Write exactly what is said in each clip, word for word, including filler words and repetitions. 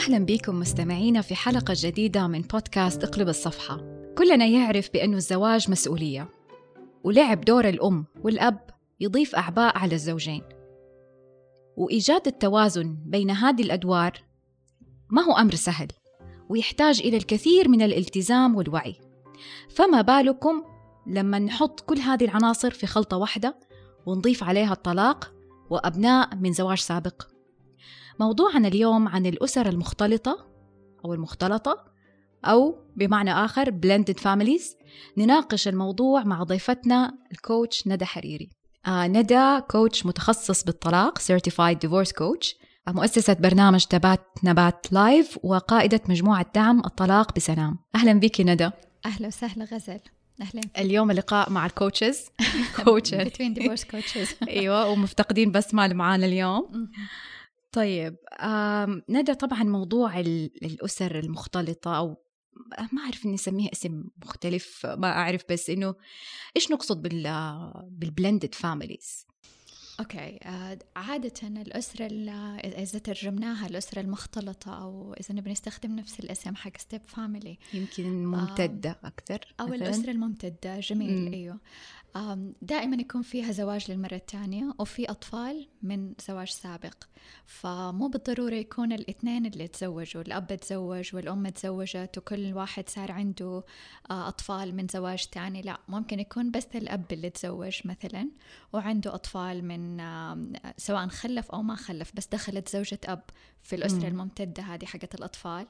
أهلا بكم مستمعينا في حلقة جديدة من بودكاست اقلب الصفحة. كلنا يعرف بأنه الزواج مسؤولية، ولعب دور الأم والأب يضيف أعباء على الزوجين، وإيجاد التوازن بين هذه الأدوار ما هو أمر سهل، ويحتاج إلى الكثير من الالتزام والوعي. فما بالكم لما نحط كل هذه العناصر في خلطة واحدة ونضيف عليها الطلاق وأبناء من زواج سابق. موضوعنا اليوم عن الأسر المختلطة أو المختلطة، أو بمعنى آخر blended families. نناقش الموضوع مع ضيفتنا الكوتش ندى حريري. آه ندى كوتش متخصص بالطلاق Certified Divorce Coach، مؤسسة برنامج تبات نبات لايف، وقائدة مجموعة دعم الطلاق بسلام. أهلا بك ندى. أهلا وسهلا غزل. أهلا. اليوم اللقاء مع الكوتشز كوتشز between divorce coaches. أيوة، ومفتقدين بسمة اللي معانا اليوم. طيب ندى، طبعا موضوع الأسر المختلطة، أو ما أعرف إني أسميها اسم مختلف، ما أعرف، بس إنه إيش نقصد بال بالبلندد فاميليز؟ أوكي، عادة الأسرة إذا ترجمناها الأسرة المختلطة، أو إذا نبي نستخدم نفس الاسم حق ستيب فاميلي، يمكن ممتدة أكثر، أو مثلاً الأسرة الممتدة. جميل. م. أيوه، دائما يكون فيها زواج للمرة الثانية وفي أطفال من زواج سابق. فمو بالضرورة يكون الاثنين اللي تزوجوا، الأب تزوج والأم تزوجت وكل واحد صار عنده أطفال من زواج تاني. لا، ممكن يكون بس الأب اللي تزوج مثلا وعنده أطفال من سواء خلف أو ما خلف، بس دخلت زوجة أب في الأسرة م. الممتدة هذه حقت الأطفال.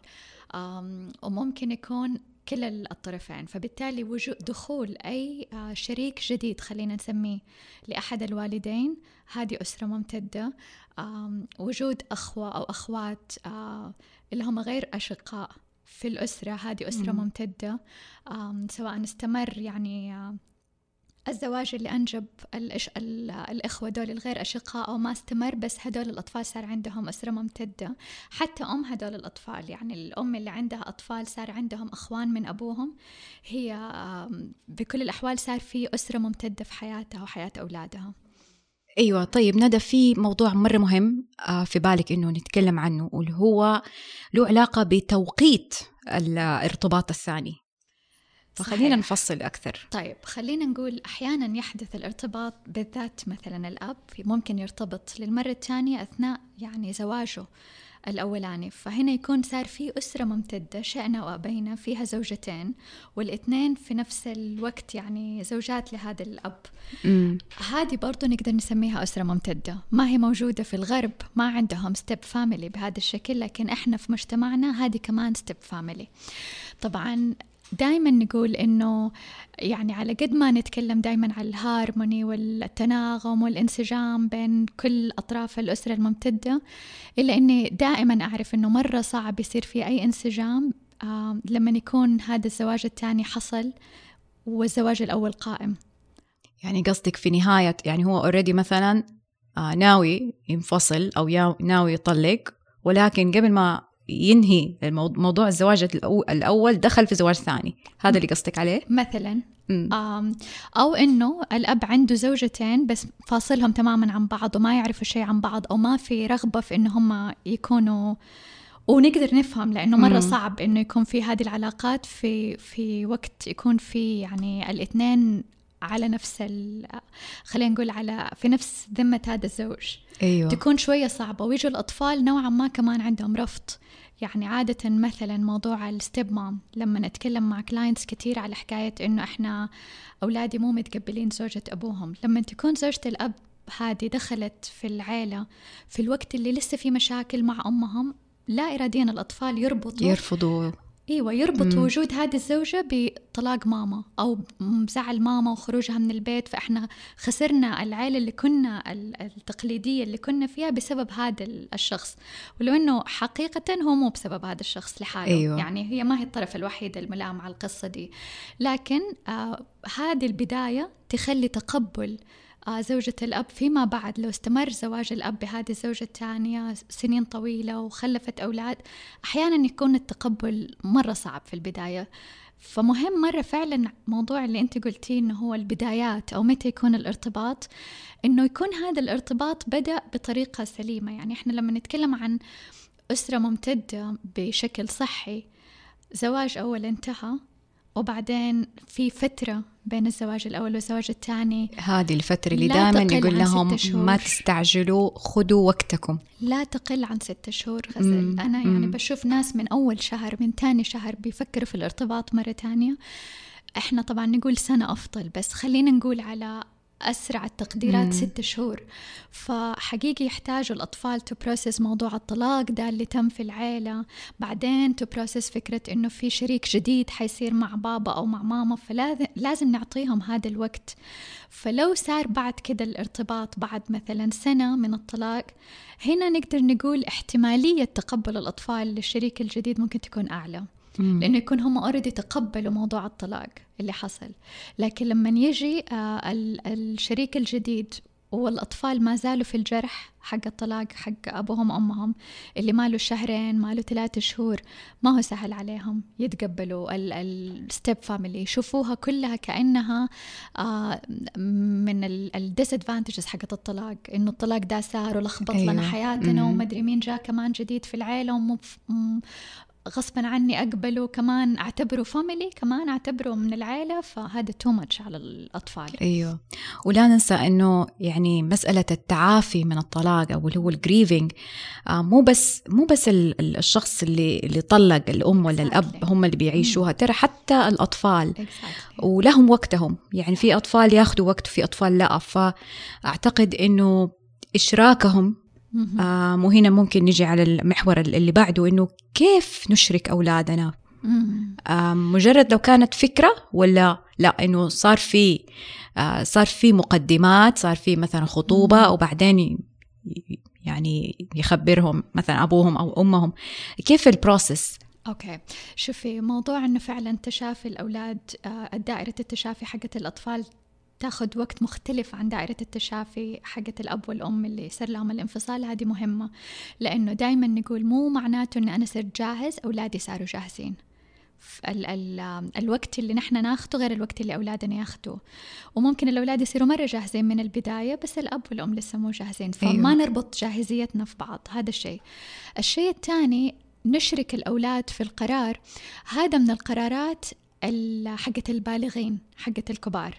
وممكن يكون كل الطرفين. فبالتالي وجود دخول أي شريك جديد خلينا نسميه لأحد الوالدين، هذه أسرة ممتدة. وجود أخوة أو أخوات اللي هم غير أشقاء في الأسرة، هذه أسرة م. ممتدة. سواء استمر يعني الزواج اللي أنجب الإش... الإخوة دول الغير أشقاء أو ما استمر، بس هدول الأطفال صار عندهم أسرة ممتدة. حتى أم هدول الأطفال، يعني الأم اللي عندها أطفال صار عندهم أخوان من أبوهم، هي بكل الأحوال صار في أسرة ممتدة في حياتها وحياة أولادها. أيوة. طيب ندى، في موضوع مرة مهم في بالك إنه نتكلم عنه، واللي هو له علاقة بتوقيت الارتباط الثاني، فخلينا صحيح. نفصل أكثر. طيب خلينا نقول أحيانا يحدث الارتباط، بالذات مثلا الأب ممكن يرتبط للمرة الثانية أثناء يعني زواجه الأولاني. فهنا يكون صار في أسرة ممتدة شئنا وأبينا، فيها زوجتين والاثنين في نفس الوقت يعني زوجات لهذا الأب. م. هذه برضو نقدر نسميها أسرة ممتدة. ما هي موجودة في الغرب، ما عندهم ستيب فاميلي بهذا الشكل، لكن إحنا في مجتمعنا هذه كمان ستيب فاميلي. طبعا دايما نقول إنه يعني على قد ما نتكلم دايما على الهارموني والتناغم والانسجام بين كل أطراف الأسرة الممتدة، إلا إني دائما أعرف إنه مرة صعب يصير في أي انسجام آه لما يكون هذا الزواج الثاني حصل والزواج الأول قائم. يعني قصدك في نهاية، يعني هو أوريدي مثلا آه ناوي ينفصل أو ناوي يطلق، ولكن قبل ما ينهي موضوع الزواج الأول دخل في زواج ثاني، هذا اللي قصدك عليه مثلا. أو إنه الأب عنده زوجتين بس فاصلهم تماما عن بعض وما يعرفوا شيء عن بعض، أو ما في رغبة في إنه هم يكونوا. ونقدر نفهم لأنه مرة صعب إنه يكون في هذه العلاقات في في وقت يكون في يعني الاثنين على نفس خلينا نقول على في نفس ذمة هذا الزوج. أيوة. تكون شوية صعبة. ويجوا الأطفال نوعا ما كمان عندهم رفض. يعني عادة مثلا موضوع الستيب مام، لما نتكلم مع كلاينتس كتير على حكاية إنه إحنا أولادي مو متقبلين زوجة أبوهم، لما تكون زوجة الأب هذه دخلت في العيلة في الوقت اللي لسه في مشاكل مع أمهم، لا إراديا الأطفال يربطوا يرفضوا ايوه يربط مم. وجود هذه الزوجة بطلاق ماما او زعل ماما وخروجها من البيت، فاحنا خسرنا العائلة اللي كنا التقليدية اللي كنا فيها بسبب هذا الشخص، ولو انه حقيقة هو مو بسبب هذا الشخص لحاله. أيوة. يعني هي ما هي الطرف الوحيد الملام على القصة دي، لكن آه هذه البداية تخلي تقبل آه زوجة الأب فيما بعد. لو استمر زواج الأب بهذه الزوجة الثانية سنين طويلة وخلفت أولاد، أحيانا يكون التقبل مرة صعب في البداية. فمهم مرة فعلا موضوع اللي أنت قلتيه إنه هو البدايات أو متى يكون الارتباط، إنه يكون هذا الارتباط بدأ بطريقة سليمة. يعني إحنا لما نتكلم عن أسرة ممتدة بشكل صحي، زواج أول انتهى وبعدين في فترة بين الزواج الأول والزواج الثاني، هذه الفترة اللي دائما نقول لهم ما تستعجلوا، خذوا وقتكم، لا تقل عن ستة شهور غزل. أنا يعني مم. بشوف ناس من أول شهر من تاني شهر بيفكروا في الارتباط مرة تانية. إحنا طبعا نقول سنة أفضل، بس خلينا نقول على أسرع التقديرات مم. ست شهور. فحقيقي يحتاجوا الأطفال to process موضوع الطلاق ده اللي تم في العائلة، بعدين to process فكرة إنه في شريك جديد حيصير مع بابا أو مع ماما، فلازم نعطيهم هذا الوقت. فلو صار بعد كده الارتباط بعد مثلا سنة من الطلاق، هنا نقدر نقول احتمالية تقبل الأطفال للشريك الجديد ممكن تكون أعلى، لأنه يكون هم أوريدي تقبلوا موضوع الطلاق اللي حصل. لكن لما يجي الشريك الجديد والأطفال ما زالوا في الجرح حق الطلاق حق أبوهم وأمهم اللي ماله شهرين ماله ثلاثة شهور، ما هو سهل عليهم يتقبلوا الستيب فاميلي، يشوفوها كلها كأنها من الديسادفانتجز حقت الطلاق، إنه الطلاق ده صار ولخبط أيوة. لنا حياتنا ومدري مين جاء كمان جديد في العائلة ومف... غصبا عني أقبله، كمان أعتبره فاميلي، كمان أعتبره من العائلة، فهذا تو ماتش على الأطفال. أيوه، ولا ننسى أنه يعني مسألة التعافي من الطلاق أو اللي هو الجريفينج آه مو بس مو بس الشخص اللي اللي طلق الأم ولا الأب هم اللي بيعيشوها، ترى حتى الأطفال exactly. ولهم وقتهم، يعني في أطفال ياخدوا وقت وفي أطفال لا، فأعتقد أنه إشراكهم آه مو هنا ممكن نجي على المحور اللي بعده، إنه كيف نشرك أولادنا. آه مجرد لو كانت فكرة ولا لا، إنه صار في آه صار في مقدمات، صار في مثلا خطوبة وبعدين يعني يخبرهم مثلا أبوهم أو أمهم كيف البروسيس. أوكي، شوفي، موضوع إنه فعلا تشافي الأولاد، آه دائرة التشافي حقت الأطفال تاخد وقت مختلف عن دائرة التشافي حقة الأب والأم اللي صار لهم الانفصال. هذه مهمة، لأنه دايما نقول مو معناته أن أنا صرت جاهز أولادي صاروا جاهزين. ال ال الوقت اللي نحن ناخده غير الوقت اللي أولادنا ياخدوه، وممكن الأولاد يصيروا مرة جاهزين من البداية بس الأب والأم لسه مو جاهزين، فما أيوة. نربط جاهزيتنا في بعض. هذا الشيء. الشيء الثاني، نشرك الأولاد في القرار. هذا من القرارات حقة البالغين، حقة الكبار.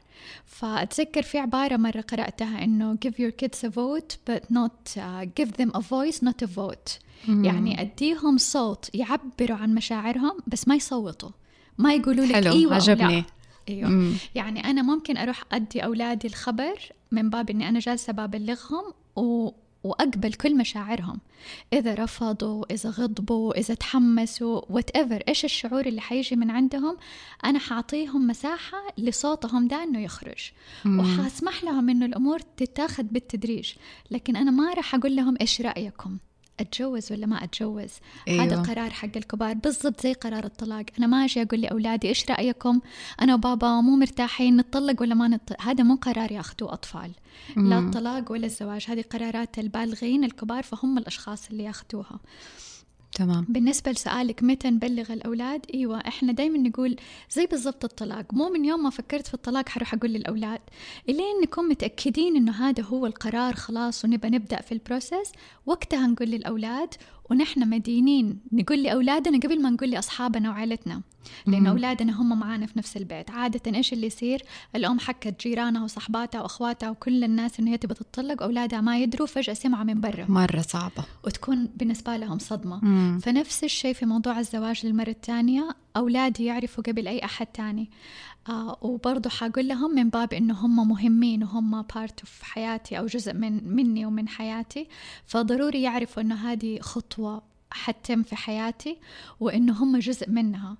فأتذكر في عبارة مرة قرأتها إنه give your kids a vote but not uh, give them a voice not a vote. مم. يعني أديهم صوت يعبروا عن مشاعرهم بس ما يصوتوا، ما يقولوا لك إيوه عجبني. لا. أيوة. يعني أنا ممكن أروح أدي أولادي الخبر من باب إني أنا جالسة ببلغهم و وأقبل كل مشاعرهم، إذا رفضوا، إذا غضبوا، إذا تحمسوا، whatever إيش الشعور اللي حيجي من عندهم، أنا حاعطيهم مساحة لصوتهم ده إنه يخرج، وحاسمح لهم إنه الأمور تتاخد بالتدريج. لكن أنا ما راح أقول لهم إيش رأيكم، أتجوز ولا ما أتجوز. أيوة. هذا قرار حق الكبار، بالضبط زي قرار الطلاق. أنا ما أجي أقول لأولادي إيش رأيكم، أنا وبابا مو مرتاحين نتطلق ولا ما نتطلق. هذا مو قرار ياخدوه أطفال، مم. لا الطلاق ولا الزواج، هذه قرارات البالغين الكبار، فهم الأشخاص اللي ياخدوها. تمام. بالنسبة لسؤالك متى نبلغ الأولاد، إيوة إحنا دايما نقول زي بالضبط الطلاق، مو من يوم ما فكرت في الطلاق حروح أقول للأولاد، إلين نكون متأكدين إنه هذا هو القرار خلاص ونبقى نبدأ في البروسيس، وقتها نقول للأولاد. ونحن مدينين نقول لأولادنا قبل ما نقول لأصحابنا وعائلتنا، لأن أولادنا هم معانا في نفس البيت. عادة إيش اللي يصير، الأم حكت جيرانها وصحباتها وأخواتها وكل الناس إنه هي تبى تتطلق، أولادها ما يدروا، فجأة سمعوا من برا، مرة صعبة وتكون بالنسبة لهم صدمة. مم. فنفس الشيء في موضوع الزواج للمرة الثانية، أولادي يعرفوا قبل أي أحد تاني. آه وبرضو حاقول لهم من باب إنه هم مهمين وهم part of حياتي أو جزء من مني ومن حياتي، فضروري يعرفوا إنه هذه خطوة حتم في حياتي وإنه هم جزء منها،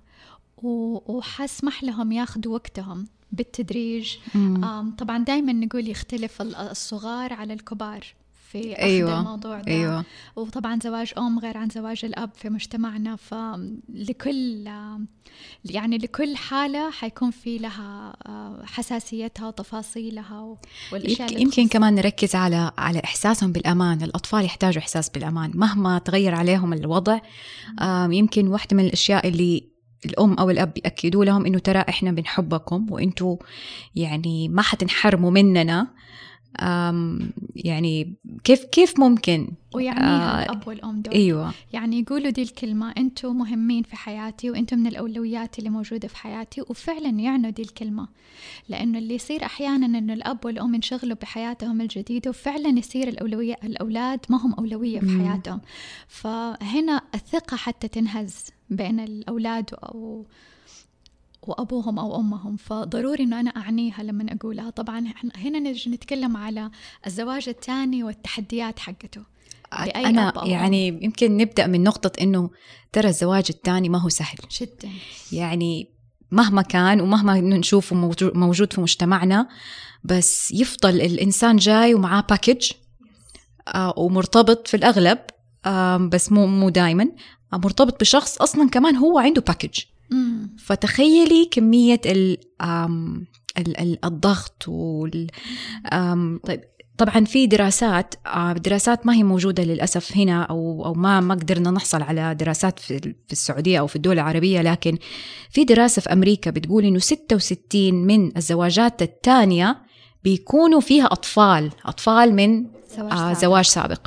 وحسمح لهم ياخدوا وقتهم بالتدريج. طبعا دايما نقول يختلف الصغار على الكبار في أخذ أيوة. الموضوع ده. أيوة. وطبعا زواج أم غير عن زواج الأب في مجتمعنا، فلكل يعني لكل حالة حيكون في لها حساسيتها وتفاصيلها والأشياء. يمكن كمان نركز على على إحساسهم بالأمان. الأطفال يحتاجوا إحساس بالأمان مهما تغير عليهم الوضع. يمكن واحدة من الأشياء اللي الأم أو الأب يأكدوا لهم إنه ترى إحنا بنحبكم وإنتوا يعني ما حتنحرموا مننا يعني كيف كيف ممكن ويعنيها آه الأب والأم دول. أيوة. يعني يقولوا دي الكلمة أنتم مهمين في حياتي وأنتم من الأولويات اللي موجودة في حياتي، وفعلا يعنوا دي الكلمة. لأنه اللي يصير أحيانا أنه الأب والأم ينشغلوا بحياتهم الجديدة وفعلا يصير الأولوية الأولاد ما هم أولوية في حياتهم. فهنا الثقة حتى تنهز بين الأولاد أو وأبوهم أو أمهم. فضروري أنه أنا أعنيها لما أقولها. طبعا هنا نجي نتكلم على الزواج الثاني والتحديات حقته. أنا يعني أم. يمكن نبدأ من نقطة أنه ترى الزواج الثاني ما هو سهل جدا. يعني مهما كان ومهما نشوفه موجود في مجتمعنا، بس يفضل الإنسان جاي ومعاه باكج آه ومرتبط في الأغلب آه بس مو مو دايما آه مرتبط بشخص أصلا كمان هو عنده باكج. فتخيلي كمية ال ال الضغط وال طيب طبعا في دراسات دراسات ما هي موجودة للأسف هنا أو أو ما ما قدرنا نحصل على دراسات في في السعودية أو في الدول العربية، لكن في دراسة في أمريكا بتقول إنه ستة وستين من الزواجات الثانية بيكونوا فيها أطفال أطفال من زواج سابق, زواج سابق.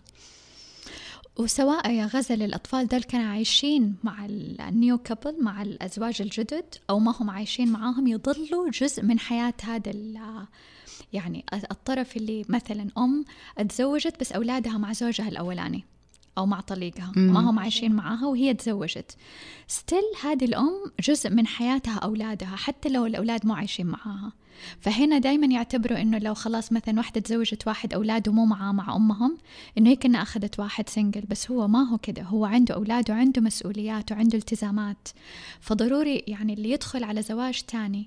وسواء يا غزل الأطفال دول كانوا عايشين مع النيو كابل مع الأزواج الجدد أو ما هم عايشين معاهم، يضلوا جزء من حياة هذا يعني الطرف اللي مثلا أم اتزوجت بس أولادها مع زوجها الأولاني أو مع طليقها ما هم عايشين معاها وهي تزوجت، ستيل هذه الأم جزء من حياتها أولادها حتى لو الأولاد مو عايشين معاها. فهنا دايما يعتبروا إنه لو خلاص مثلا واحدة تزوجت واحد أولاده مو معاه مع أمهم إنه هي كنا أخذت واحد سنجل، بس هو ما هو كده، هو عنده أولاد وعنده مسؤوليات وعنده التزامات. فضروري يعني اللي يدخل على زواج تاني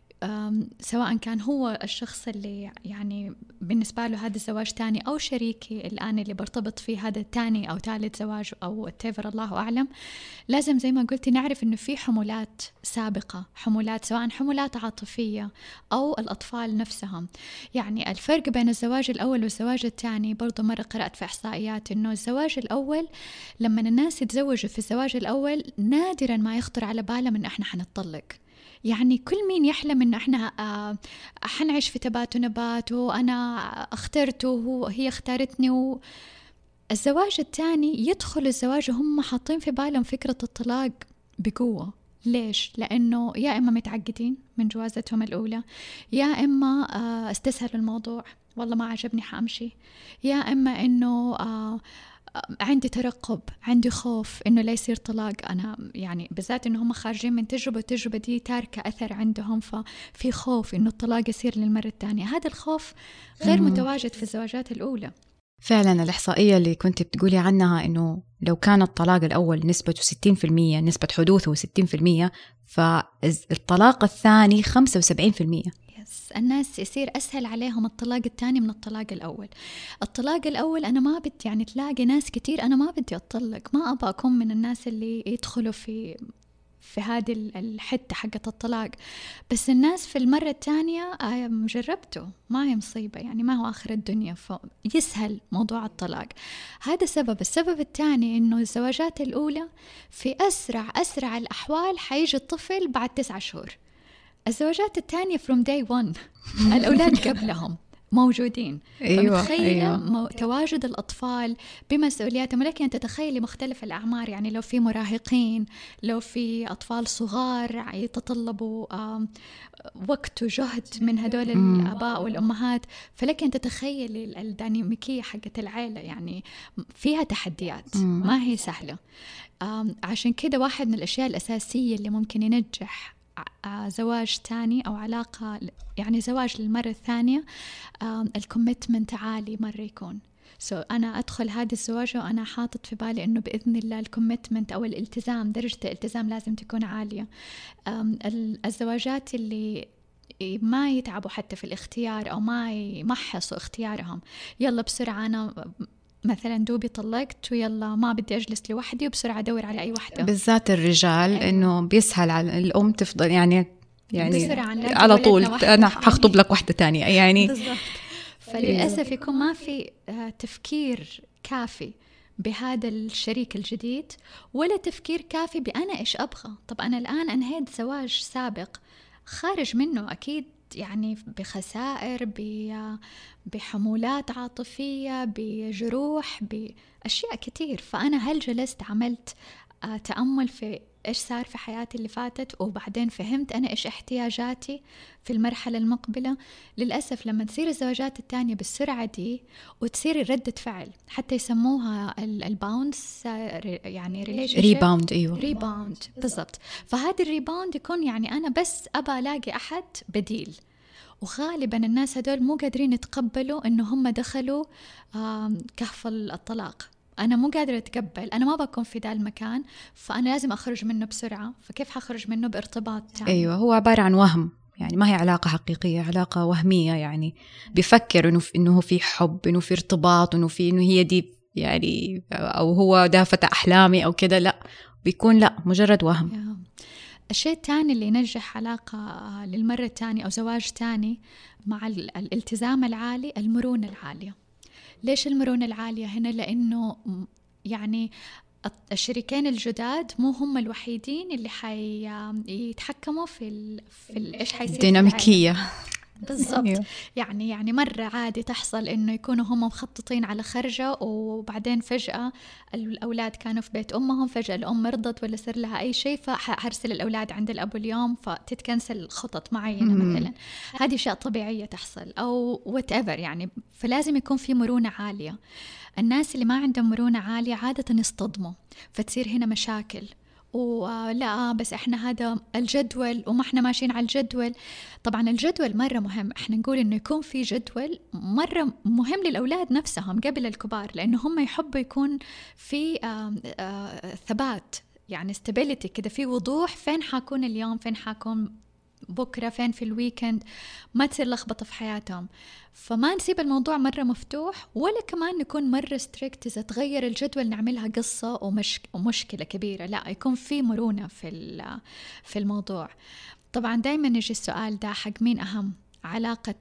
سواء كان هو الشخص اللي يعني بالنسبة له هذا الزواج تاني أو شريكي الآن اللي برتبط فيه هذا تاني أو ثالث زواج أو تيفر الله أعلم، لازم زي ما قلتي نعرف إنه في حمولات سابقة، حمولات سواء حمولات عاطفية أو الأطفال نفسهم. يعني الفرق بين الزواج الأول والزواج الثاني برضو مرة قرأت في إحصائيات إنه الزواج الأول لما الناس يتزوجوا في الزواج الأول نادرا ما يخطر على بالهم إن إحنا حنطلق. يعني كل مين يحلم إن إحنا آه حنعيش في تبات ونبات وأنا اخترته وهي اختارتني. و... الزواج الثاني يدخل الزواج وهم حاطين في بالهم فكرة الطلاق بقوة. ليش؟ لأنه يا إما متعقدين من جوازتهم الأولى، يا إما آه استسهلوا الموضوع والله ما عجبني حأمشي، يا إما إنه آه عندي ترقب، عندي خوف إنه لا يصير طلاق. أنا يعني بالذات إنه هم خارجين من تجربة التجربة دي تاركة أثر عندهم، ففي خوف إنه الطلاق يصير للمرة الثانية. هذا الخوف غير متواجد في الزواجات الأولى. فعلا الإحصائية اللي كنت بتقولي عنها إنه لو كان الطلاق الأول نسبته ستين بالمية، نسبة حدوثه ستين بالمية، فالطلاق الثاني خمسة وسبعين بالمية. الناس يصير أسهل عليهم الطلاق الثاني من الطلاق الأول. الطلاق الأول أنا ما بدي يعني تلاقي ناس كتير أنا ما بدي أطلق، ما أبغى أكون من الناس اللي يدخلوا في في هذه الحتة حقة الطلاق، بس الناس في المرة الثانية جربته ما هي مصيبة يعني ما هو آخر الدنيا، فيسهل موضوع الطلاق. هذا سبب. السبب الثاني إنه الزواجات الأولى في أسرع أسرع الأحوال حيجي الطفل بعد تسعة شهور. الزواجات الثانية from day one الأولاد قبلهم موجودين. أيوة فمتخيلة أيوة. تواجد الأطفال بمسؤولياتهم، ولكن تتخيلي مختلف الأعمار، يعني لو في مراهقين، لو في أطفال صغار يتطلبوا وقت وجهد من هدول الآباء والأمهات، فلكن تتخيلي الديناميكية حقة العائلة يعني فيها تحديات ما هي سهلة. عشان كده واحد من الأشياء الأساسية اللي ممكن ينجح زواج تاني أو علاقة يعني زواج للمرة الثانية الكوميتمنت عالي مرة يكون. so أنا أدخل هذا الزواج وأنا حاطط في بالي إنه بإذن الله الكوميتمنت أو الالتزام درجة الالتزام لازم تكون عالية. الزواجات اللي ما يتعبوا حتى في الاختيار أو ما يمحصوا اختيارهم، يلا بسرعة أنا مثلا دوبي طلقت ويلا ما بدي أجلس لوحدي وبسرعة أدور على أي واحدة، بالذات الرجال أيوة. إنه بيسهل على الأم تفضل يعني يعني على طول أنا حخطب لك واحدة تانية يعني بالضبط. فللأسف يكون ما في تفكير كافي بهذا الشريك الجديد ولا تفكير كافي بأنا إيش أبغى. طب أنا الآن أنهيت زواج سابق خارج منه أكيد يعني بخسائر، بحمولات عاطفية، بجروح، بأشياء كتير. فأنا هل جلست عملت تأمل في إيش صار في حياتي اللي فاتت، وبعدين فهمت أنا إيش احتياجاتي في المرحلة المقبلة؟ للأسف لما تصير الزواجات التانية بالسرعة دي وتصير ردة فعل، حتى يسموها الباونس، يعني ريباوند. أيوة ريباوند بالضبط. فهذا الريباوند يكون يعني أنا بس أبى ألاقي أحد بديل، وغالبا الناس هدول مو قادرين يتقبلوا إنه هم دخلوا كهف الطلاق. أنا مو قادرة أتقبل، أنا ما بكون في ذا المكان، فأنا لازم أخرج منه بسرعة. فكيف حخرج منه؟ بارتباط تاني. أيوة، هو عبارة عن وهم، يعني ما هي علاقة حقيقية، علاقة وهمية. يعني بيفكر إنه إنه في حب، إنه في ارتباط، إنه في إنه هي دي يعني، أو هو ده فتى أحلامي أو كده. لا، بيكون لا، مجرد وهم. الشيء الثاني اللي ينجح علاقة للمرة الثانية أو زواج ثاني مع الالتزام العالي، المرونة العالية. ليش المرونة العالية هنا؟ لأنه يعني الشريكين الجداد مو هم الوحيدين اللي حيتحكموا في ال... في ال... إيش حيصير الديناميكية. بالضبط. يعني يعني مرة عادي تحصل إنه يكونوا هم مخططين على خرجة، وبعدين فجأة الأولاد كانوا في بيت أمهم، فجأة الأم مرضت ولا صار لها أي شيء، فحرسل الأولاد عند الأب اليوم، فتتكنسل خطط معينة مثلا. هذه أشياء طبيعية تحصل أو whatever يعني. فلازم يكون في مرونة عالية. الناس اللي ما عندهم مرونة عالية عادة يصطدموا، فتصير هنا مشاكل. ولا بس احنا هذا الجدول وما احنا ماشيين على الجدول. طبعا الجدول مرة مهم، احنا نقول انه يكون في جدول مرة مهم للأولاد نفسهم قبل الكبار، لأنه هم يحبوا يكون في آآ آآ ثبات، يعني stability كده، في وضوح فين حاكون اليوم، فين حاكون بكرة، فين في الويكند، ما تصير لخبطة في حياتهم. فما نسيب الموضوع مرة مفتوح، ولا كمان نكون مرة ستريكت إذا تغير الجدول نعملها قصة ومش ومشكلة كبيرة. لا، يكون في مرونة في في الموضوع. طبعا دايما يجي السؤال ده حق مين أهم، علاقة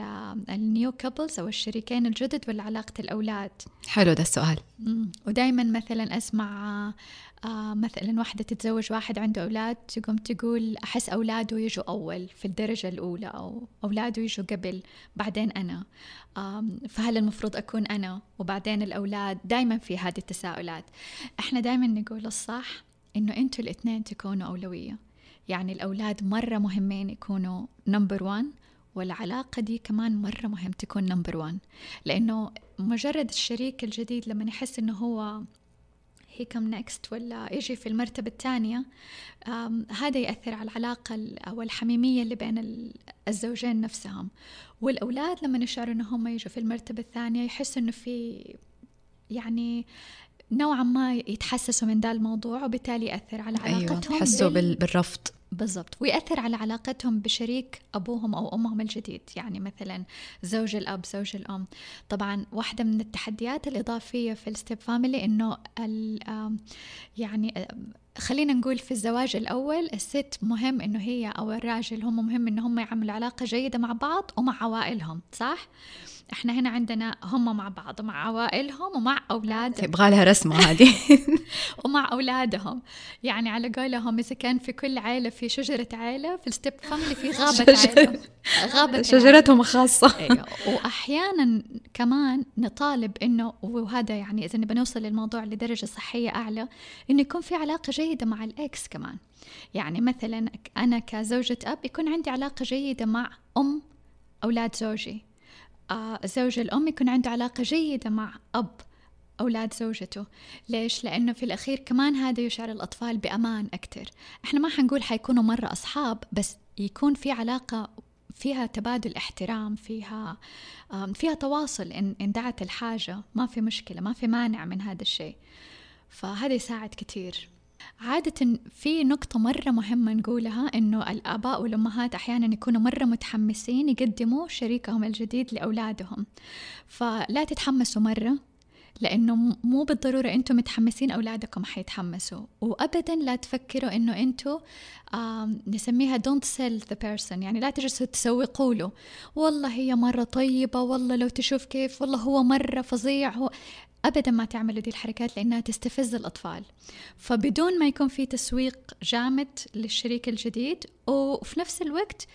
النيو كابلز أو الشريكين الجدد ولا علاقة الأولاد؟ حلو ده السؤال. ودايما مثلا أسمع آه مثلا واحدة تتزوج واحد عنده أولاد، تقوم تقول أحس أولاده يجوا أول في الدرجة الأولى، أو أولاده يجوا قبل بعدين أنا، فهل المفروض أكون أنا وبعدين الأولاد؟ دايما في هذه التساؤلات. إحنا دايما نقول الصح إنه أنتوا الاثنين تكونوا أولوية. يعني الأولاد مرة مهمين يكونوا نمبر وان، والعلاقة دي كمان مرة مهم تكون نمبر وان. لأنه مجرد الشريك الجديد لما يحس إنه هو he come next ولا يجي في المرتبة الثانية، هذا يأثر على العلاقة أو الحميمية اللي بين الزوجين نفسهم. والأولاد لما يشعروا إنه هم يجوا في المرتبة الثانية يحسوا إنه في يعني نوعا ما يتحسسوا من ذا الموضوع، وبالتالي يأثر على علاقتهم. أيوة، يحسوا بال... بالرفض. بالضبط. ويأثر على علاقتهم بشريك أبوهم أو أمهم الجديد، يعني مثلا زوج الأب زوج الأم. طبعا واحدة من التحديات الإضافية في الستيب فاميلي إنه يعني خلينا نقول في الزواج الأول الست مهم إنه هي أو الراجل هم مهم إنه هم يعملوا علاقة جيدة مع بعض ومع عوائلهم، صح؟ احنا هنا عندنا هم مع بعض ومع عوائلهم ومع أولادهم. تبغى لها رسمة هذه. ومع أولادهم. يعني على قولهم إذا كان في كل عائلة في شجرة عائلة، في الستيب فاميلي في غابة عائلة، غابة شجرتهم خاصة. أيوة. وأحيانا كمان نطالب إنه، وهذا يعني إذا نبي نوصل للموضوع لدرجة صحية أعلى، إنه يكون في علاقة جيدة مع الإكس كمان. يعني مثلا أنا كزوجة أب يكون عندي علاقة جيدة مع أم أولاد زوجي، آه زوج الأم يكون عنده علاقة جيدة مع أب أولاد زوجته. ليش؟ لأنه في الأخير كمان هذا يشعر الأطفال بأمان أكتر. إحنا ما حنقول حيكونوا مرة أصحاب، بس يكون في علاقة فيها تبادل احترام، فيها فيها تواصل، إن إن دعت الحاجة ما في مشكلة، ما في مانع من هذا الشيء. فهذا يساعد كتير. عادة في نقطة مرة مهمة نقولها، إنه الآباء والأمهات أحيانا يكونوا مرة متحمسين يقدموا شريكهم الجديد لأولادهم. فلا تتحمسوا مرة، لأنه مو بالضرورة أنتم متحمسين أولادكم حيتحمسوا. وأبدا لا تفكروا أنه أنتم نسميها don't sell the person، يعني لا تجلسوا تسوقوا له والله هي مرة طيبة، والله لو تشوف كيف، والله هو مرة فظيع. هو أبدا ما تعملوا دي الحركات لأنها تستفز الأطفال. فبدون ما يكون في تسويق جامد للشريك الجديد، وفي نفس الوقت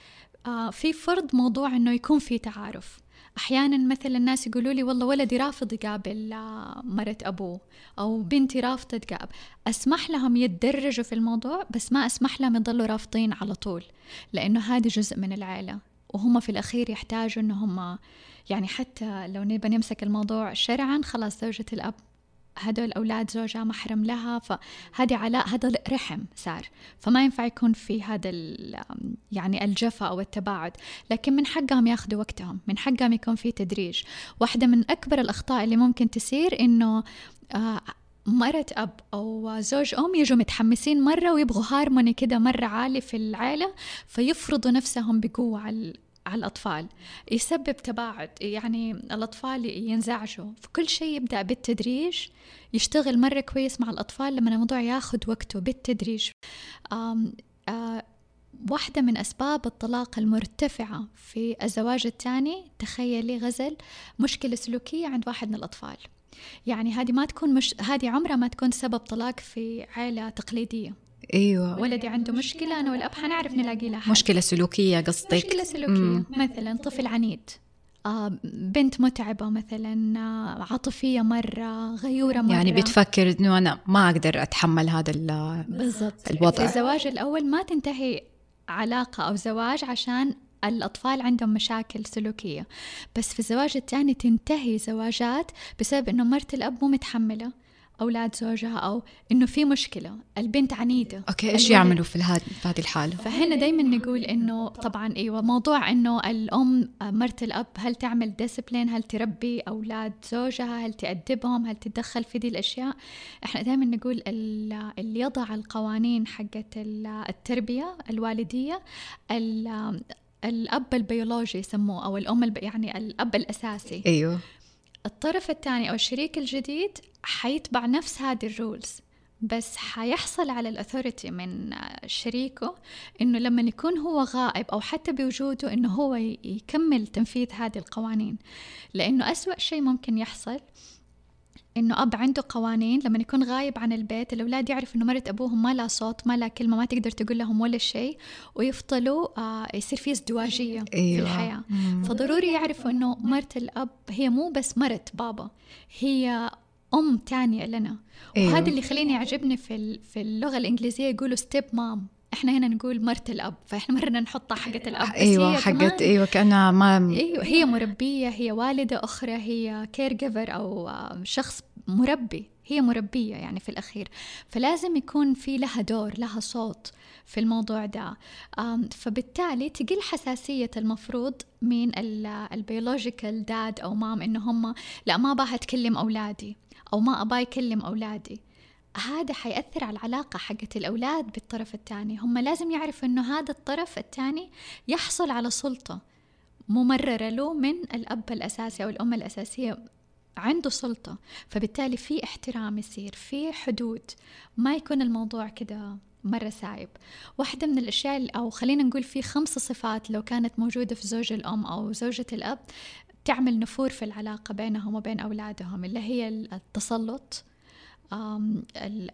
آه في فرض موضوع إنه يكون في تعارف. أحيانا مثلا الناس يقولوا لي والله ولدي رافض يقابل مرة أبوه، أو بنتي رافضة تقابل. أسمح لهم يتدرجوا في الموضوع، بس ما أسمح لهم يضلوا رافضين على طول، لأنه هذا جزء من العائلة، وهم في الأخير يحتاجوا إنه هم يعني حتى لو نبى نمسك الموضوع شرعا، خلاص زوجة الأب هدول أولاد زوجها محرم لها، فهذه علاء هذا رحم صار، فما ينفع يكون في هذا يعني الجفا أو التباعد. لكن من حقهم ياخذوا وقتهم، من حقهم يكون في تدريج. واحدة من أكبر الأخطاء اللي ممكن تصير إنه آه مرة أب أو زوج أم يجوا متحمسين مرة ويبغوا هارموني كده مرة عالي في العائلة، فيفرضوا نفسهم بقوة على على الأطفال، يسبب تباعد، يعني الأطفال ينزعجوا. فكل شيء يبدأ بالتدريج، يشتغل مرة كويس مع الأطفال لما الموضوع ياخد وقته بالتدريج. آم آم واحدة من أسباب الطلاق المرتفعة في الزواج الثاني، تخيلي غزل، مشكلة سلوكية عند واحد من الأطفال. يعني هذه ما تكون مش هذه عمرها ما تكون سبب طلاق في عائلة تقليدية. ايوه، ولدي عنده مشكله، انا والاب حنعرف نلاقي لها حل. مشكله سلوكيه قصدك؟ مشكله سلوكيه مم. مثلا طفل عنيد، آه بنت متعبه مثلا، آه عاطفيه مره، غيوره مره، يعني بتفكر انه انا ما اقدر اتحمل هذا بالضبط الوضع. في الزواج الاول ما تنتهي علاقه او زواج عشان الأطفال عندهم مشاكل سلوكية، بس في الزواج الثاني تنتهي زواجات بسبب إنه مرة الأب مو متحملة أولاد زوجها، أو إنه في مشكلة، البنت عنيدة. أوكي، إيش يعملوا في هذه في هذه الحالة؟ فهنا دايما نقول إنه طبعا أيوة موضوع إنه الأم مرت الأب هل تعمل ديسبلين، هل تربي أولاد زوجها، هل تأدبهم، هل تتدخل في دي الأشياء. إحنا دايما نقول اللي يضع القوانين حقة التربية الوالدية الأب البيولوجي يسموه، أو الأم الب... يعني الأب الأساسي. أيوه. الطرف الثاني أو الشريك الجديد حيتبع نفس هذه الرولز، بس حيحصل على الأثوريتي من شريكه إنه لما يكون هو غائب أو حتى بوجوده إنه هو يكمل تنفيذ هذه القوانين. لأنه أسوأ شيء ممكن يحصل إنه أب عنده قوانين، لما يكون غايب عن البيت الأولاد يعرف إنه مرت أبوهم ما لا صوت ما لا كلمة، ما تقدر تقول لهم ولا شيء، ويفضلوا آه يصير فيه ازدواجية أيوة. في الحياة. مم. فضروري يعرفوا إنه مرت الأب هي مو بس مرت بابا، هي أم تانية لنا. أيوة. وهذا اللي خليني يعجبني في في اللغة الإنجليزية يقولوا ستيب مام، احنا هنا نقول مرت الاب، فاحنا مرنا نحطها حقة الاب. ايوه حقت ايوه كانها ما ايوه هي مربيه، هي والده اخرى، هي كير جيفر او شخص مربي، هي مربيه يعني في الاخير. فلازم يكون في لها دور، لها صوت في الموضوع ده. فبالتالي تقل حساسيه المفروض من البيولوجيكال داد او مام انه هم لا ما ابغى اتكلم اولادي او ما ابغى يكلم اولادي. هذا حيأثر على العلاقة حقت الأولاد بالطرف الثاني. هم لازم يعرفوا أنه هذا الطرف الثاني يحصل على سلطة ممررة له من الأب الأساسي أو الأم الأساسية، عنده سلطة، فبالتالي في احترام يصير، في حدود، ما يكون الموضوع كده مرة سايب. واحدة من الأشياء أو خلينا نقول في خمس صفات لو كانت موجودة في زوج الأم أو زوجة الأب تعمل نفور في العلاقة بينهم وبين أولادهم، اللي هي التسلط، ال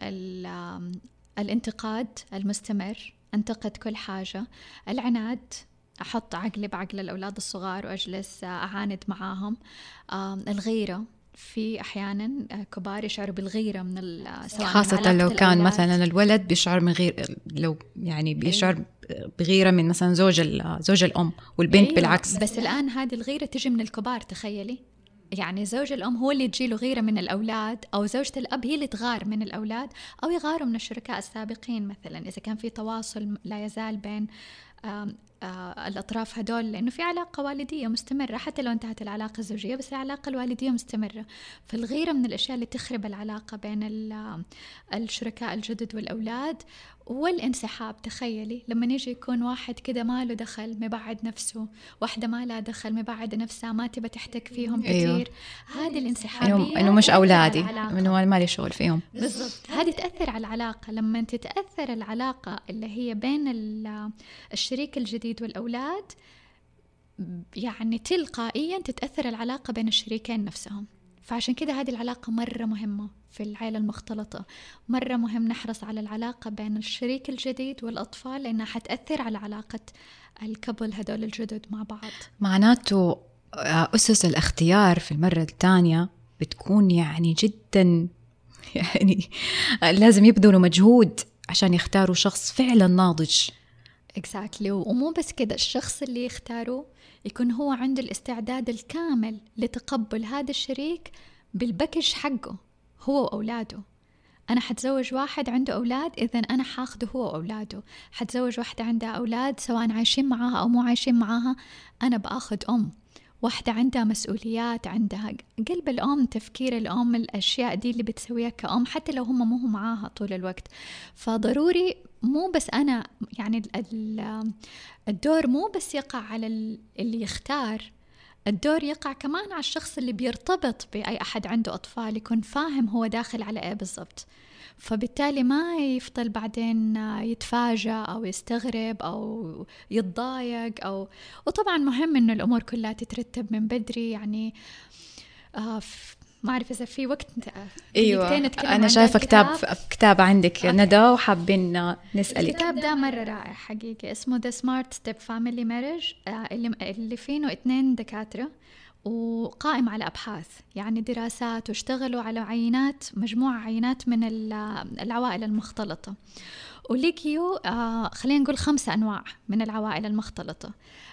ال الانتقاد المستمر، انتقد كل حاجة، العناد، أحط عقلي بعقل الأولاد الصغار وأجلس أعاند معاهم، الغيرة، في أحيانا كبار يشعروا بالغيرة من خاصة لو كان الأولاد. مثلا الولد بيشعر من غير، لو يعني بيشعر بغيرة من مثلا زوج زوج الأم، والبنت أيوة. بالعكس. بس الآن هذه الغيرة تجي من الكبار، تخيلي، يعني زوج الأم هو اللي تجيله غيرة من الأولاد، أو زوجة الأب هي اللي تغار من الأولاد، أو يغاروا من الشركاء السابقين مثلا إذا كان في تواصل لا يزال بين آم آه الأطراف هدول، لأنه في علاقة والدية مستمرة حتى لو انتهت العلاقة الزوجية، بس العلاقة الوالدية مستمرة. فالغيرة من الأشياء اللي تخرب العلاقة بين الشركاء الجدد والأولاد. والانسحاب، تخيلي لما نيجي يكون واحد كده ما له دخل مبعد نفسه، واحدة ما لها دخل مبعد نفسها، ما تبى تحتك فيهم كثير. أيوه. هذه الانسحابية إنه مش أولادي، إنه ما لي شغل فيهم. بالضبط. هذه تأثر على العلاقة. لما تتأثر العلاقة اللي هي بين الشريك الجديد والأولاد، يعني تلقائيا تتأثر العلاقة بين الشريكين نفسهم. فعشان كده هذه العلاقة مرة مهمة في العائلة المختلطة، مرة مهم نحرص على العلاقة بين الشريك الجديد والأطفال، لأنها حتأثر على علاقة الكبل هدول الجدد مع بعض. معناته أسس الاختيار في المرة الثانية بتكون يعني جدا يعني لازم يبذلوا مجهود عشان يختاروا شخص فعلا ناضج. exactly. ومو بس كده، الشخص اللي يختاره يكون هو عنده الاستعداد الكامل لتقبل هذا الشريك بالبكج حقه هو وأولاده. أنا حتزوج واحد عنده أولاد، إذن أنا حاخده هو وأولاده. حتزوج واحدة عندها أولاد سواء عايشين معاها أو مو عايشين معاها، أنا بأخذ أم. واحدة عندها مسؤوليات، عندها قلب الأم، تفكير الأم، الأشياء دي اللي بتسويها كأم حتى لو هم مو معاها طول الوقت. فضروري مو بس أنا يعني الدور مو بس يقع على اللي يختار، الدور يقع كمان على الشخص اللي بيرتبط بأي أحد عنده أطفال، يكون فاهم هو داخل على إيه بالضبط. فبالتالي ما يفضل بعدين يتفاجأ أو يستغرب أو يتضايق أو وطبعا مهم إنه الأمور كلها تترتب من بدري. يعني آه ما أعرف إذا في وقت. أيوة أنا شايفة كتاب كتاب عندك ندى وحابين نسألك. الكتاب ده مرة رائع حقيقي، اسمه The Smart Step Family Marriage، اللي اللي فيه اثنين دكاترة وقائم على أبحاث يعني دراسات، واشتغلوا على عينات، مجموعة عينات من العوائل المختلطة، ولقيوا آه خلينا نقول خمسة أنواع من العوائل المختلطة.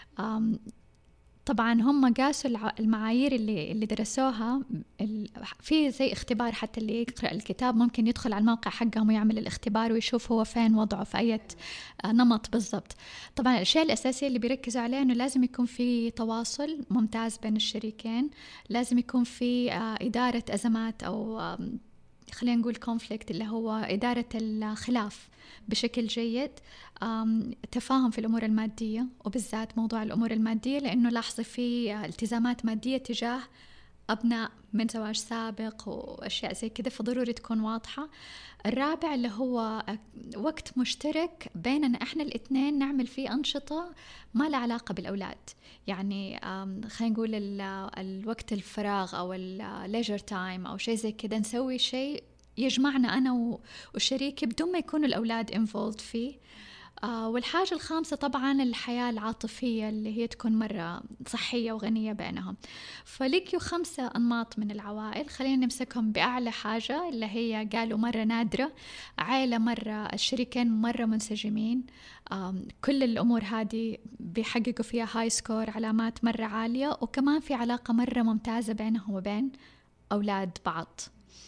طبعا هم قاسوا المعايير اللي اللي درسوها في زي اختبار، حتى اللي يقرأ الكتاب ممكن يدخل على الموقع حقهم ويعمل الاختبار ويشوف هو فين وضعه في أي نمط بالضبط. طبعا الأشياء الأساسية اللي بيركزوا عليها إنه لازم يكون في تواصل ممتاز بين الشريكين، لازم يكون في إدارة أزمات أو خلينا نقول كونفليكت اللي هو إدارة الخلاف بشكل جيد، تفاهم في الأمور المادية، وبالذات موضوع الأمور المادية لأنه لاحظي في التزامات مادية تجاه أبناء من زواج سابق وأشياء زي كده، فضروري تكون واضحة. الرابع اللي هو وقت مشترك بيننا إحنا الاثنين نعمل فيه أنشطة ما لها علاقة بالأولاد، يعني خلينا نقول الوقت الفراغ أو الليجر تايم أو شيء زي كده، نسوي شيء يجمعنا أنا وشريكي بدون ما يكونوا الأولاد involved فيه. آه والحاجة الخامسة طبعا الحياة العاطفية اللي هي تكون مرة صحية وغنية بينهم. فلقيوا خمسة أنماط من العوائل، خلينا نمسكهم بأعلى حاجة اللي هي قالوا مرة نادرة، عائلة مرة الشريكين مرة منسجمين، كل الأمور هذه بيحققوا فيها هاي سكور، علامات مرة عالية، وكمان في علاقة مرة ممتازة بينهم وبين أولاد بعض.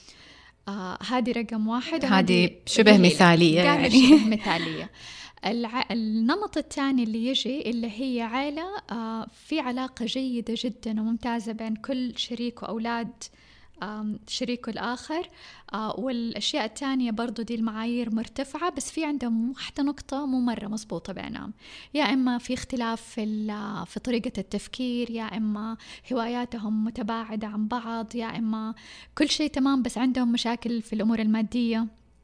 آه هذه رقم واحد، هذه شبه مثالية يعني شبه مثالية. الع... النمط الثاني اللي يجي اللي هي عائلة آه في علاقة جيدة جدا وممتازة بين كل شريك وأولاد شريكه الآخر، آه والأشياء الثانية برضو دي المعايير مرتفعة، بس في عندهم واحدة نقطة مو مرة مزبوطة بينهم، يا إما في اختلاف في, في طريقة التفكير، يا إما هواياتهم متباعدة عن بعض، يا إما كل شيء تمام بس عندهم مشاكل في الأمور المادية.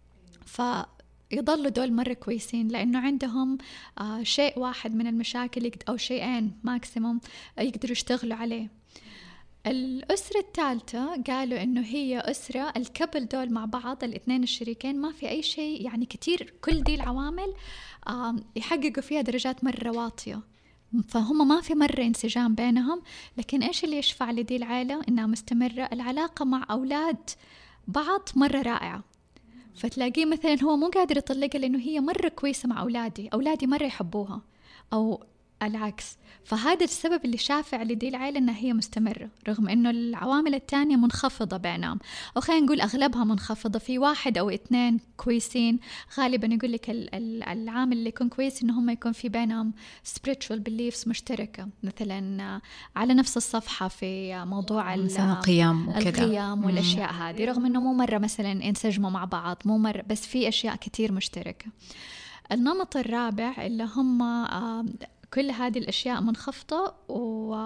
فيضلوا دول مرة كويسين لأنه عندهم آه شيء واحد من المشاكل أو شيئين ماكسيموم يقدروا يشتغلوا عليه. الأسرة الثالثة قالوا إنه هي أسرة الكبل دول مع بعض الاثنين الشريكين ما في أي شيء، يعني كتير كل دي العوامل يحققوا فيها درجات مرة واطية، فهم ما في مرة انسجام بينهم. لكن إيش اللي يشفع لدي العائلة إنها مستمرة؟ العلاقة مع أولاد بعض مرة رائعة، فتلاقيه مثلا هو مو قادر يطلقها لأنه هي مرة كويسة مع أولادي، أولادي مرة يحبوها، أو العكس. فهذا السبب اللي شافع لدي العائلة أنها هي مستمرة رغم أنه العوامل التانية منخفضة بينهم، أو خلينا نقول أغلبها منخفضة، في واحد أو اثنين كويسين. غالبا يقول لك العامل اللي يكون كويس إنه هم يكون في بينهم spiritual beliefs مشتركة، مثلا على نفس الصفحة في موضوع القيام القيام والأشياء هذه، رغم أنه مو مرة مثلا ينسجموا مع بعض، مو مرة، بس في أشياء كتير مشتركة. النمط الرابع اللي هم كل هذه الأشياء منخفضة و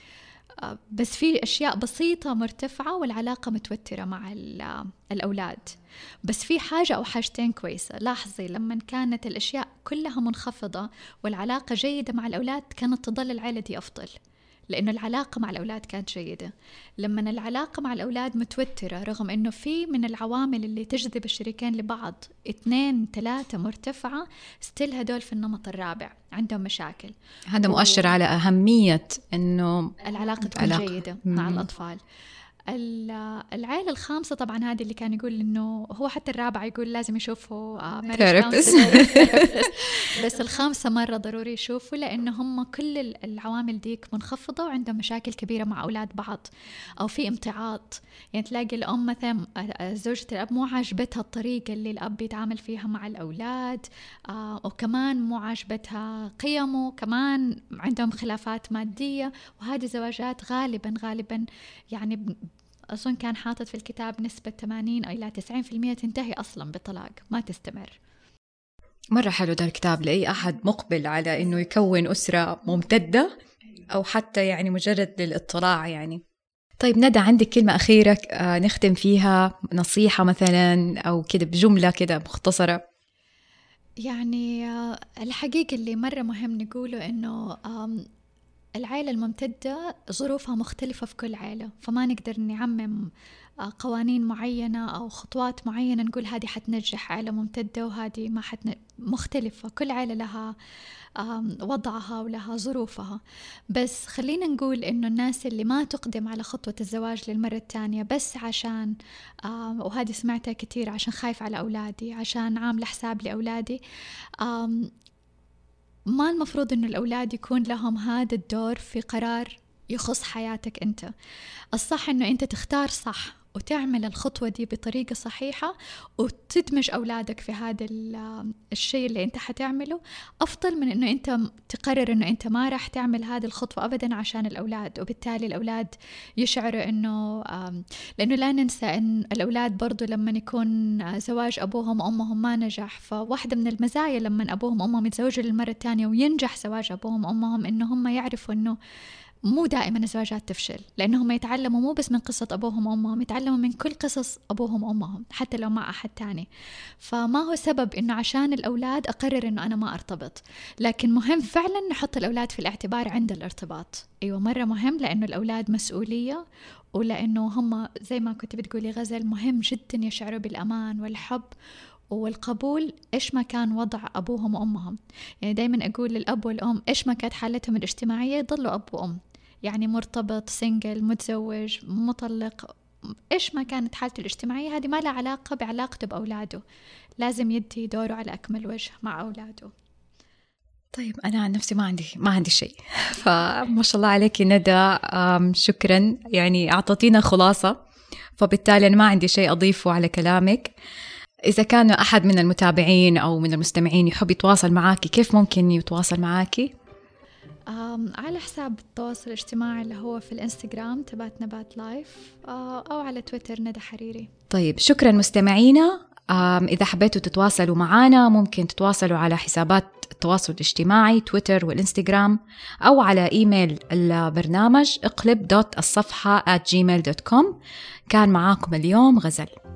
بس في أشياء بسيطة مرتفعة والعلاقة متوترة مع الأولاد، بس في حاجة أو حاجتين كويسة. لاحظي لما كانت الأشياء كلها منخفضة والعلاقة جيدة مع الأولاد كانت تظل العائلة دي أفضل، لأنه العلاقة مع الأولاد كانت جيدة. لما العلاقة مع الأولاد متوترة، رغم أنه في من العوامل اللي تجذب الشريكين لبعض اثنين ثلاثة مرتفعة، ستيل هدول في النمط الرابع عندهم مشاكل. هذا مؤشر و... على أهمية أنه العلاقة تكون علاقة. جيدة مم. مع الأطفال. العائلة الخامسة طبعا هذه اللي كان يقول إنه هو حتى الرابعة يقول لازم يشوفوا بس الخامسة مرة ضروري يشوفوا، لأنه هم كل العوامل ديك منخفضة وعندهم مشاكل كبيرة مع أولاد بعض، أو في امتعاض. يعني تلاقي الأم مثلا زوجة الأب مو عاجبتها الطريقة اللي الأب يتعامل فيها مع الأولاد، وكمان مو عاجبتها قيمه، كمان عندهم خلافات مادية. وهذه زواجات غالبا غالبا يعني أظن كان حاطط في الكتاب نسبة ثمانين أو إلى تسعين بالمئة تنتهي أصلا بطلاق، ما تستمر. مرة حلو ده الكتاب لأي أحد مقبل على إنه يكون أسرة ممتدة، أو حتى يعني مجرد للإطلاع يعني. طيب ندى، عندك كلمة أخيرة نختم فيها، نصيحة مثلا أو كده بجملة كده مختصرة؟ يعني الحقيقة اللي مرة مهم نقوله إنه العائلة الممتدة ظروفها مختلفة في كل عائلة، فما نقدر نعمم قوانين معينة أو خطوات معينة نقول هذه حتنجح عائلة ممتدة وهذه ما حتن... مختلفة. كل عائلة لها وضعها ولها ظروفها. بس خلينا نقول إنه الناس اللي ما تقدم على خطوة الزواج للمرة الثانية بس عشان وهذه سمعتها كتير، عشان خايف على أولادي، عشان عامل حساب لأولادي، ما المفروض إنه الأولاد يكون لهم هذا الدور في قرار يخص حياتك أنت. الصح إنه أنت تختار صح وتعمل الخطوة دي بطريقة صحيحة وتدمج أولادك في هذا الشيء اللي أنت حتعمله، أفضل من إنه أنت تقرر إنه أنت ما راح تعمل هذه الخطوة أبدا عشان الأولاد، وبالتالي الأولاد يشعروا إنه لأنه لا ننسى إن الأولاد برضو لما يكون زواج أبوهم وأمهم ما نجح، فواحدة من المزايا لما أبوهم وأمهم يتزوجوا للمرة الثانية وينجح زواج أبوهم وأمهم إنه هم يعرفوا إنه مو دائما الزواجات تفشل، لأنهم يتعلموا مو بس من قصة أبوهم وأمهم، يتعلموا من كل قصص أبوهم وأمهم حتى لو مع أحد تاني. فما هو سبب إنه عشان الأولاد أقرر إنه أنا ما أرتبط، لكن مهم فعلا نحط الأولاد في الاعتبار عند الارتباط. أيوة مرة مهم، لأنه الأولاد مسؤولية، ولأنه هم زي ما كنت بتقولي غزل مهم جدا يشعروا بالأمان والحب والقبول إيش ما كان وضع أبوهم وأمهم. يعني دايما أقول للأب والأم إيش ما كانت حالتهم الاجتماعية يضلوا أب وأم، يعني مرتبط، سنجل، متزوج، مطلق، إيش ما كانت حالته الاجتماعية هذه ما لها علاقة بعلاقته بأولاده، لازم يدي دوره على أكمل وجه مع أولاده. طيب أنا عن نفسي ما عندي ما عندي شيء، فما شاء الله عليك ندى، شكرا، يعني أعطيتينا خلاصة، فبالتالي أنا ما عندي شيء أضيفه على كلامك. إذا كان أحد من المتابعين أو من المستمعين يحب يتواصل معاكي، كيف ممكن يتواصل معاكي؟ على حساب التواصل الاجتماعي اللي هو في الانستغرام تبعت نبات لايف، أو على تويتر ندى حريري. طيب شكرا مستمعينا. إذا حبيتوا تتواصلوا معنا ممكن تتواصلوا على حسابات التواصل الاجتماعي تويتر والإنستغرام، أو على إيميل البرنامج اقلب دوت الصفحة آت جيميل دوت كوم. كان معاكم اليوم غزل.